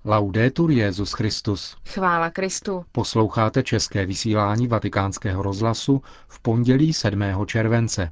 Laudetur Jesus Christus. Chvála Kristu. Posloucháte české vysílání Vatikánského rozhlasu v pondělí 7. července.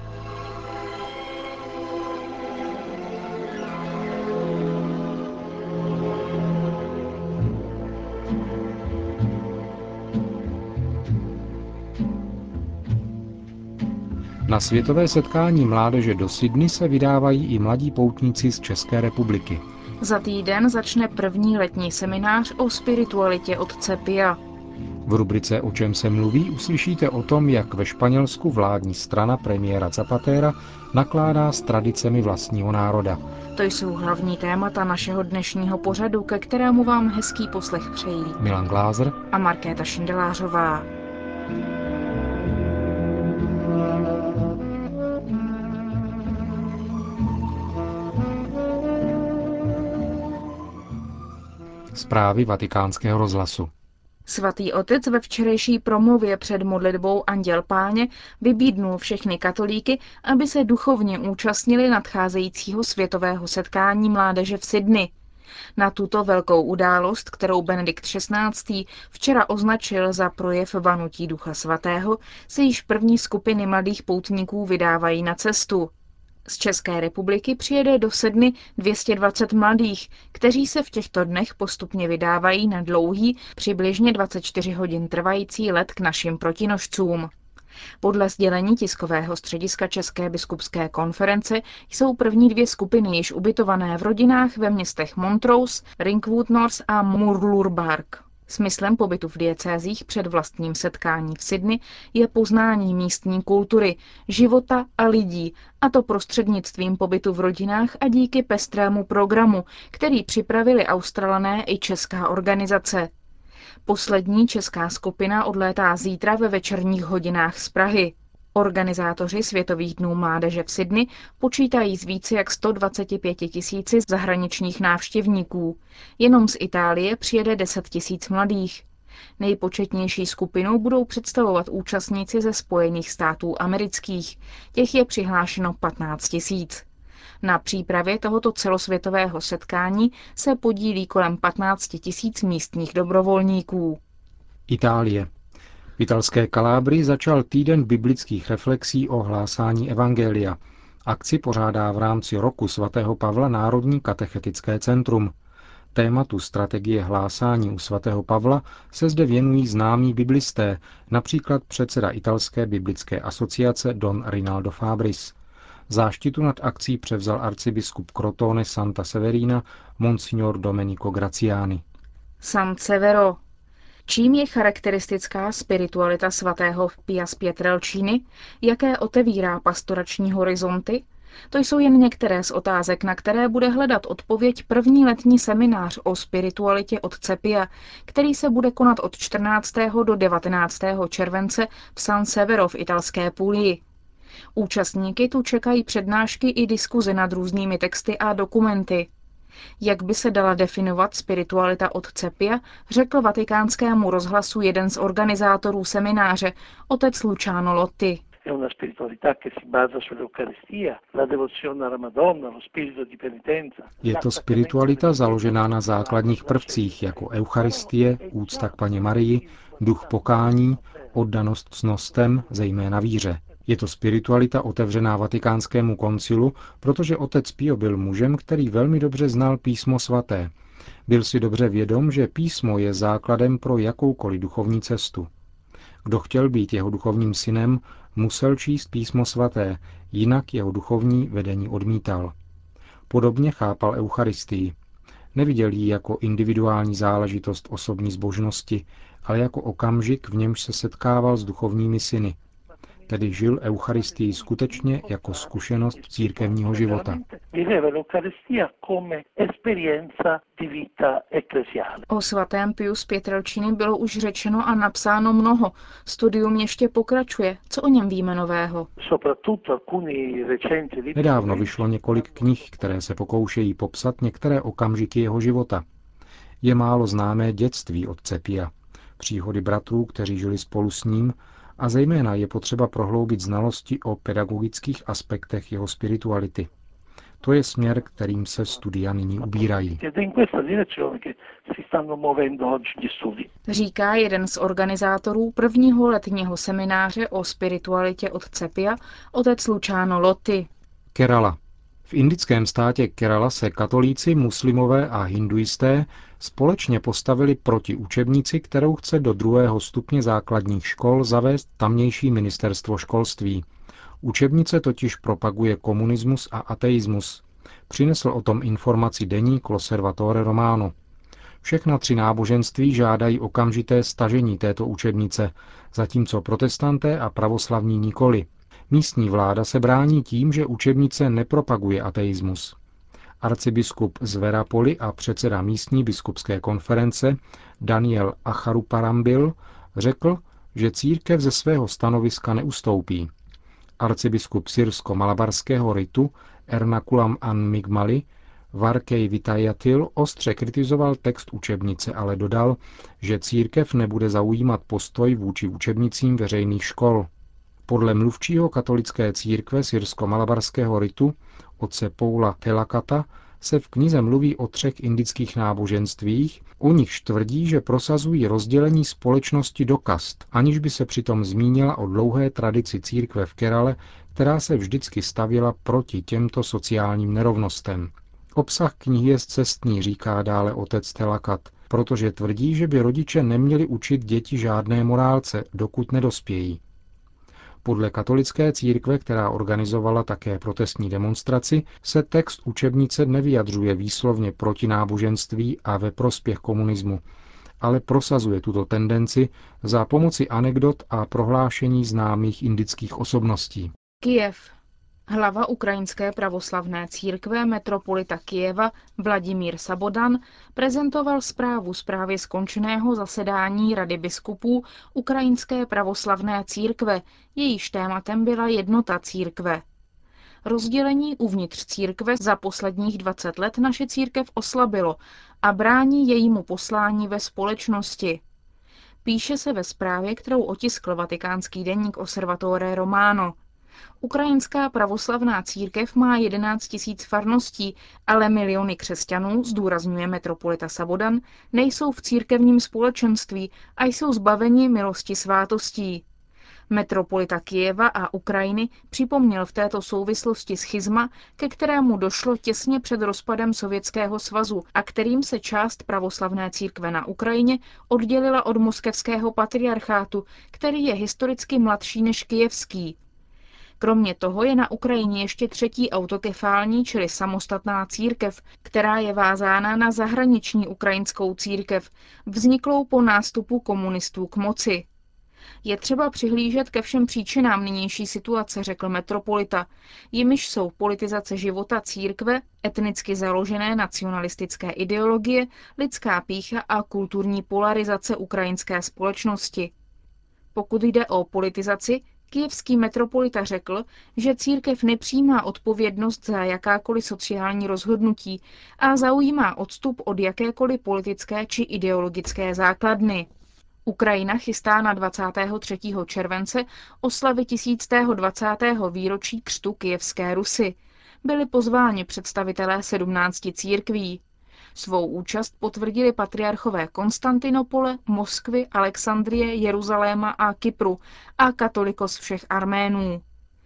Na světové setkání mládeže do Sydney se vydávají i mladí poutníci z České republiky. Za týden začne první letní seminář o spiritualitě otce Pia. V rubrice O čem se mluví uslyšíte o tom, jak ve Španělsku vládní strana premiéra Zapatera nakládá s tradicemi vlastního národa. To jsou hlavní témata našeho dnešního pořadu, ke kterému vám hezký poslech přejí Milan Glázer a Markéta Šindelářová. Zprávy Vatikánského rozhlasu. Svatý otec ve včerejší promluvě před modlitbou Anděl Páně vybídnul všechny katolíky, aby se duchovně účastnili nadcházejícího světového setkání mládeže v Sydney. Na tuto velkou událost, kterou Benedikt XVI. Včera označil za projev vanutí Ducha Svatého, se již první skupiny mladých poutníků vydávají na cestu. Z České republiky přijede do Sydney 220 mladých, kteří se v těchto dnech postupně vydávají na dlouhý, přibližně 24 hodin trvající let k našim protinožcům. Podle sdělení tiskového střediska České biskupské konference jsou první dvě skupiny již ubytované v rodinách ve městech Montrose, Ringwood North a Murlurbark. Smyslem pobytu v diecézích před vlastním setkání v Sydney je poznání místní kultury, života a lidí, a to prostřednictvím pobytu v rodinách a díky pestrému programu, který připravili Australané i česká organizace. Poslední česká skupina odlétá zítra ve večerních hodinách z Prahy. Organizátoři Světových dnů mládeže v Sydney počítají s více jak 125 000 zahraničních návštěvníků. Jenom z Itálie přijede 10 000 mladých. Nejpočetnější skupinu budou představovat účastníci ze Spojených států amerických. Těch je přihlášeno 15 000. Na přípravě tohoto celosvětového setkání se podílí kolem 15 000 místních dobrovolníků. Itálie. V italské Kalábrii začal týden biblických reflexí o hlásání evangelia. Akci pořádá v rámci roku svatého Pavla Národní katechetické centrum. Tématu strategie hlásání u svatého Pavla se zde věnují známí biblisté, například předseda italské biblické asociace Don Rinaldo Fabris. Záštitu nad akcí převzal arcibiskup Crotone Santa Severina Monsignor Domenico Graziani. San Severo. Čím je charakteristická spiritualita svatého Pia z Pietrelciny? Jaké otevírá pastorační horizonty? To jsou jen některé z otázek, na které bude hledat odpověď první letní seminář o spiritualitě otce Pia, který se bude konat od 14. do 19. července v San Severo v italské Pugii. Účastníky tu čekají přednášky i diskuze nad různými texty a dokumenty. Jak by se dala definovat spiritualita otce Pia, řekl Vatikánskému rozhlasu jeden z organizátorů semináře, otec Luciano Lotti. Je to spiritualita založená na základních prvcích, jako eucharistie, úcta k Panně Marii, duch pokání, oddanost cnostem, zejména víře. Je to spiritualita otevřená Vatikánskému koncilu, protože otec Pio byl mužem, který velmi dobře znal písmo svaté. Byl si dobře vědom, že písmo je základem pro jakoukoliv duchovní cestu. Kdo chtěl být jeho duchovním synem, musel číst písmo svaté, jinak jeho duchovní vedení odmítal. Podobně chápal eucharistii. Neviděl ji jako individuální záležitost osobní zbožnosti, ale jako okamžik, v němž se setkával s duchovními syny. Tedy žil eucharistii skutečně jako zkušenost církevního života. O svatém Piu z Pietrelciny bylo už řečeno a napsáno mnoho. Studium ještě pokračuje. Co o něm víme nového? Nedávno vyšlo několik knih, které se pokoušejí popsat některé okamžiky jeho života. Je málo známé dětství otce Pia, příhody bratrů, kteří žili spolu s ním, a zejména je potřeba prohloubit znalosti o pedagogických aspektech jeho spirituality. To je směr, kterým se studia nyní ubírají. Říká jeden z organizátorů prvního letního semináře o spiritualitě otce Pia, otec Luciano Lotti. Kerala. V indickém státě Kerala se katolíci, muslimové a hinduisté společně postavili proti učebnici, kterou chce do 2. stupně základních škol zavést tamnější ministerstvo školství. Učebnice totiž propaguje komunismus a ateismus. Přinesl o tom informaci deník L'Osservatore Romano. Všechna 3 náboženství žádají okamžité stažení této učebnice, zatímco protestanté a pravoslavní nikoli. Místní vláda se brání tím, že učebnice nepropaguje ateismus. Arcibiskup z Verapoli a předseda místní biskupské konference Daniel Acharuparambil řekl, že církev ze svého stanoviska neustoupí. Arcibiskup syrsko-malabarského ritu Ernakulam an Migmali Varkej Vitajatil ostře kritizoval text učebnice, ale dodal, že církev nebude zaujímat postoj vůči učebnicím veřejných škol. Podle mluvčího katolické církve syrsko-malabarského ritu otce Paula Telakata se v knize mluví o 3 indických náboženstvích, u nichž tvrdí, že prosazují rozdělení společnosti do kast, aniž by se přitom zmínila o dlouhé tradici církve v Kerale, která se vždycky stavěla proti těmto sociálním nerovnostem. Obsah knihy je scestný, říká dále otec Telakat, protože tvrdí, že by rodiče neměli učit děti žádné morálce, dokud nedospějí. Podle katolické církve, která organizovala také protestní demonstraci, se text učebnice nevyjadřuje výslovně proti náboženství a ve prospěch komunismu, ale prosazuje tuto tendenci za pomoci anekdot a prohlášení známých indických osobností. Kyjev. Hlava ukrajinské pravoslavné církve metropolita Kyjeva Vladimír Sabodan prezentoval zprávu z právě skončeného zasedání Rady biskupů Ukrajinské pravoslavné církve, jejíž tématem byla jednota církve. Rozdělení uvnitř církve za posledních 20 let naše církev oslabilo a brání jejímu poslání ve společnosti. Píše se ve zprávě, kterou otiskl vatikánský deník Osservatore Romano. Ukrajinská pravoslavná církev má 11 000 farností, ale miliony křesťanů, zdůrazňuje metropolita Sabodan, nejsou v církevním společenství a jsou zbaveni milosti svátostí. Metropolita Kyjeva a Ukrajiny připomněl v této souvislosti schizma, ke kterému došlo těsně před rozpadem Sovětského svazu a kterým se část pravoslavné církve na Ukrajině oddělila od moskevského patriarchátu, který je historicky mladší než kyjevský. Kromě toho je na Ukrajině ještě 3. autokefální, čili samostatná církev, která je vázána na zahraniční ukrajinskou církev, vzniklou po nástupu komunistů k moci. Je třeba přihlížet ke všem příčinám nynější situace, řekl metropolita, jimiž jsou politizace života církve, etnicky založené nacionalistické ideologie, lidská pýcha a kulturní polarizace ukrajinské společnosti. Pokud jde o politizaci, kyjevský metropolita řekl, že církev nepřijímá odpovědnost za jakákoliv sociální rozhodnutí a zaujímá odstup od jakékoliv politické či ideologické základny. Ukrajina chystá na 23. července oslavy 1020. výročí křtu Kyjevské Rusy. Byli pozváni představitelé 17 církví. Svou účast potvrdili patriarchové Konstantinopole, Moskvy, Alexandrie, Jeruzaléma a Kypru a katolikos všech Arménů.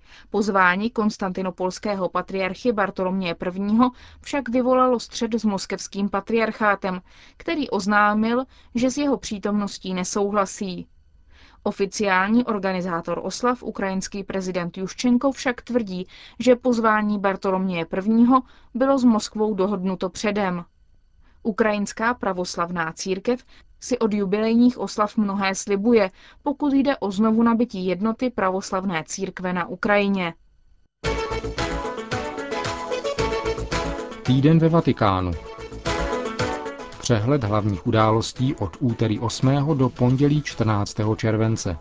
Pozvání konstantinopolského patriarchy Bartoloměje I. Však vyvolalo střet s moskevským patriarchátem, který oznámil, že s jeho přítomností nesouhlasí. Oficiální organizátor oslav, ukrajinský prezident Juščenko, však tvrdí, že pozvání Bartoloměje I. Bylo s Moskvou dohodnuto předem. Ukrajinská pravoslavná církev si od jubilejních oslav mnohé slibuje, pokud jde o znovunabití jednoty pravoslavné církve na Ukrajině. Týden ve Vatikánu. Přehled hlavních událostí od úterý 8. do pondělí 14. července.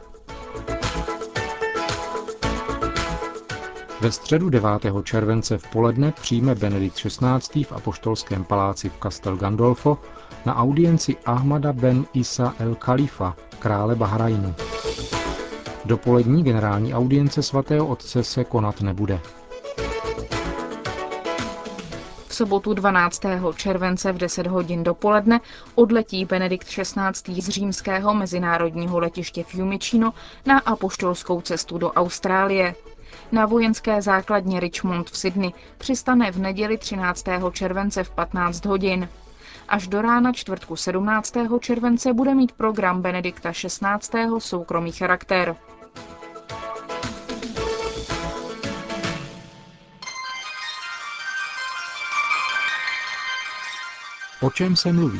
Ve středu 9. července v poledne přijme Benedikt XVI. V apoštolském paláci v Castel Gandolfo na audienci Ahmada ben Isa el Khalifa, krále Bahrajnu. Dopolední generální audience svatého otce se konat nebude. sobotu 12. července v 10 hodin dopoledne odletí Benedikt XVI. Z římského mezinárodního letiště Fiumicino na apoštolskou cestu do Austrálie. Na vojenské základně Richmond v Sydney přistane v neděli 13. července v 15 hodin. Až do rána čtvrtku 17. července bude mít program Benedikta XVI. Soukromý charakter. O čem se mluví?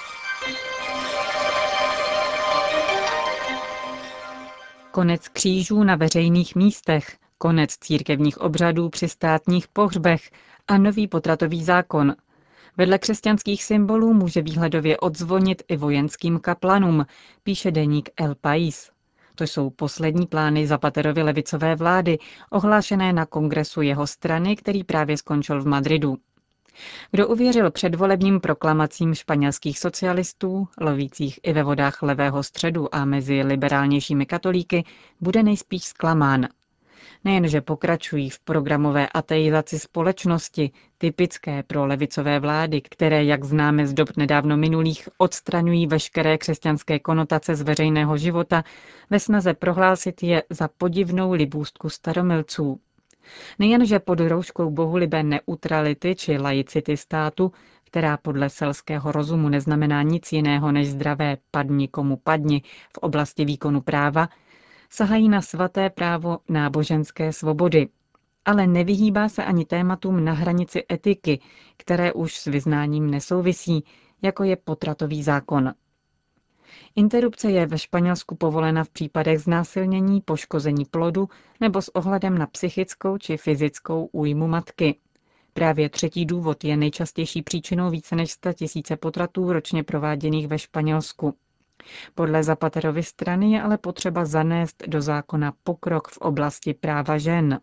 Konec křížů na veřejných místech, konec církevních obřadů při státních pohřbech a nový potratový zákon. Vedle křesťanských symbolů může výhledově odzvonit i vojenským kaplanům, píše deník El País. To jsou poslední plány Zapaterovy levicové vlády, ohlášené na kongresu jeho strany, který právě skončil v Madridu. Kdo uvěřil předvolebním proklamacím španělských socialistů, lovících i ve vodách levého středu a mezi liberálnějšími katolíky, bude nejspíš zklamán. Nejenže pokračují v programové ateizaci společnosti, typické pro levicové vlády, které, jak známe z dob nedávno minulých, odstraňují veškeré křesťanské konotace z veřejného života ve snaze prohlásit je za podivnou libůstku staromilců. Nejenže pod rouškou bohulibé neutrality či laicity státu, která podle selského rozumu neznamená nic jiného než zdravé padni komu padni v oblasti výkonu práva, sahají na svaté právo náboženské svobody. Ale nevyhýbá se ani tématům na hranici etiky, které už s vyznáním nesouvisí, jako je potratový zákon. Interrupce je ve Španělsku povolena v případech znásilnění, poškození plodu nebo s ohledem na psychickou či fyzickou újmu matky. Právě třetí důvod je nejčastější příčinou více než 100 000 potratů ročně prováděných ve Španělsku. Podle Zapaterovy strany je ale potřeba zanést do zákona pokrok v oblasti práva žen.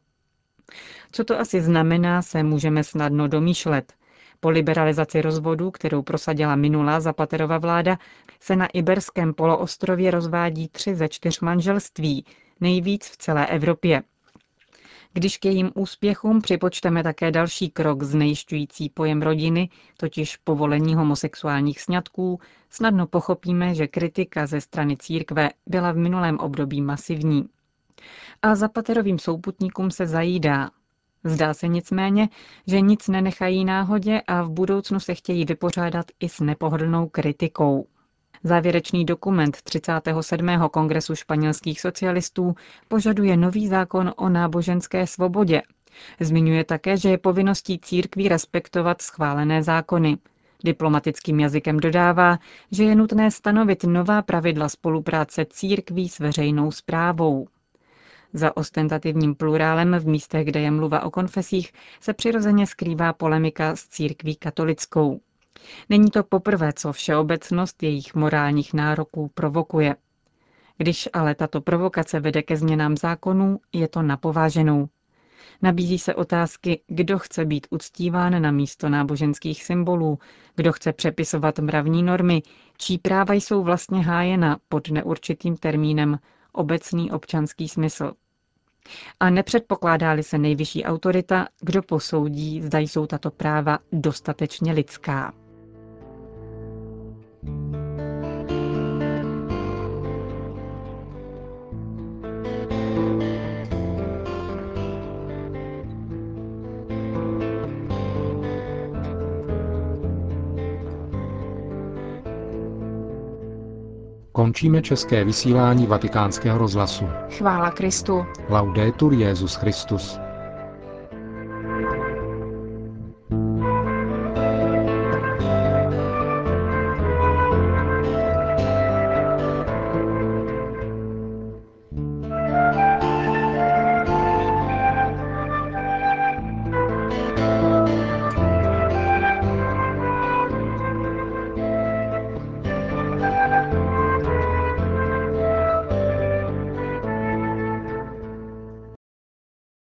Co to asi znamená, se můžeme snadno domýšlet. Po liberalizaci rozvodu, kterou prosadila minulá Zapaterova vláda, se na Iberském poloostrově rozvádí 3 ze 4 manželství, nejvíc v celé Evropě. Když k jejím úspěchům připočteme také další krok znejisťující pojem rodiny, totiž povolení homosexuálních sňatků, snadno pochopíme, že kritika ze strany církve byla v minulém období masivní. A Zapaterovým souputníkům se zajídá. Zdá se nicméně, že nic nenechají náhodě a v budoucnu se chtějí vypořádat i s nepohodlnou kritikou. Závěrečný dokument 37. kongresu španělských socialistů požaduje nový zákon o náboženské svobodě. Zmiňuje také, že je povinností církví respektovat schválené zákony. Diplomatickým jazykem dodává, že je nutné stanovit nová pravidla spolupráce církví s veřejnou správou. Za ostentativním plurálem v místech, kde je mluva o konfesích, se přirozeně skrývá polemika s církví katolickou. Není to poprvé, co všeobecnost jejich morálních nároků provokuje. Když ale tato provokace vede ke změnám zákonů, je to na pováženou. Nabízí se otázky, kdo chce být uctíván na místo náboženských symbolů, kdo chce přepisovat mravní normy, čí práva jsou vlastně hájena pod neurčitým termínem obecný občanský smysl. A nepředpokládá-li se nejvyšší autorita, kdo posoudí, zda jsou tato práva dostatečně lidská. Končíme české vysílání Vatikánského rozhlasu. Chvála Kristu. Laudetur Jesus Christus.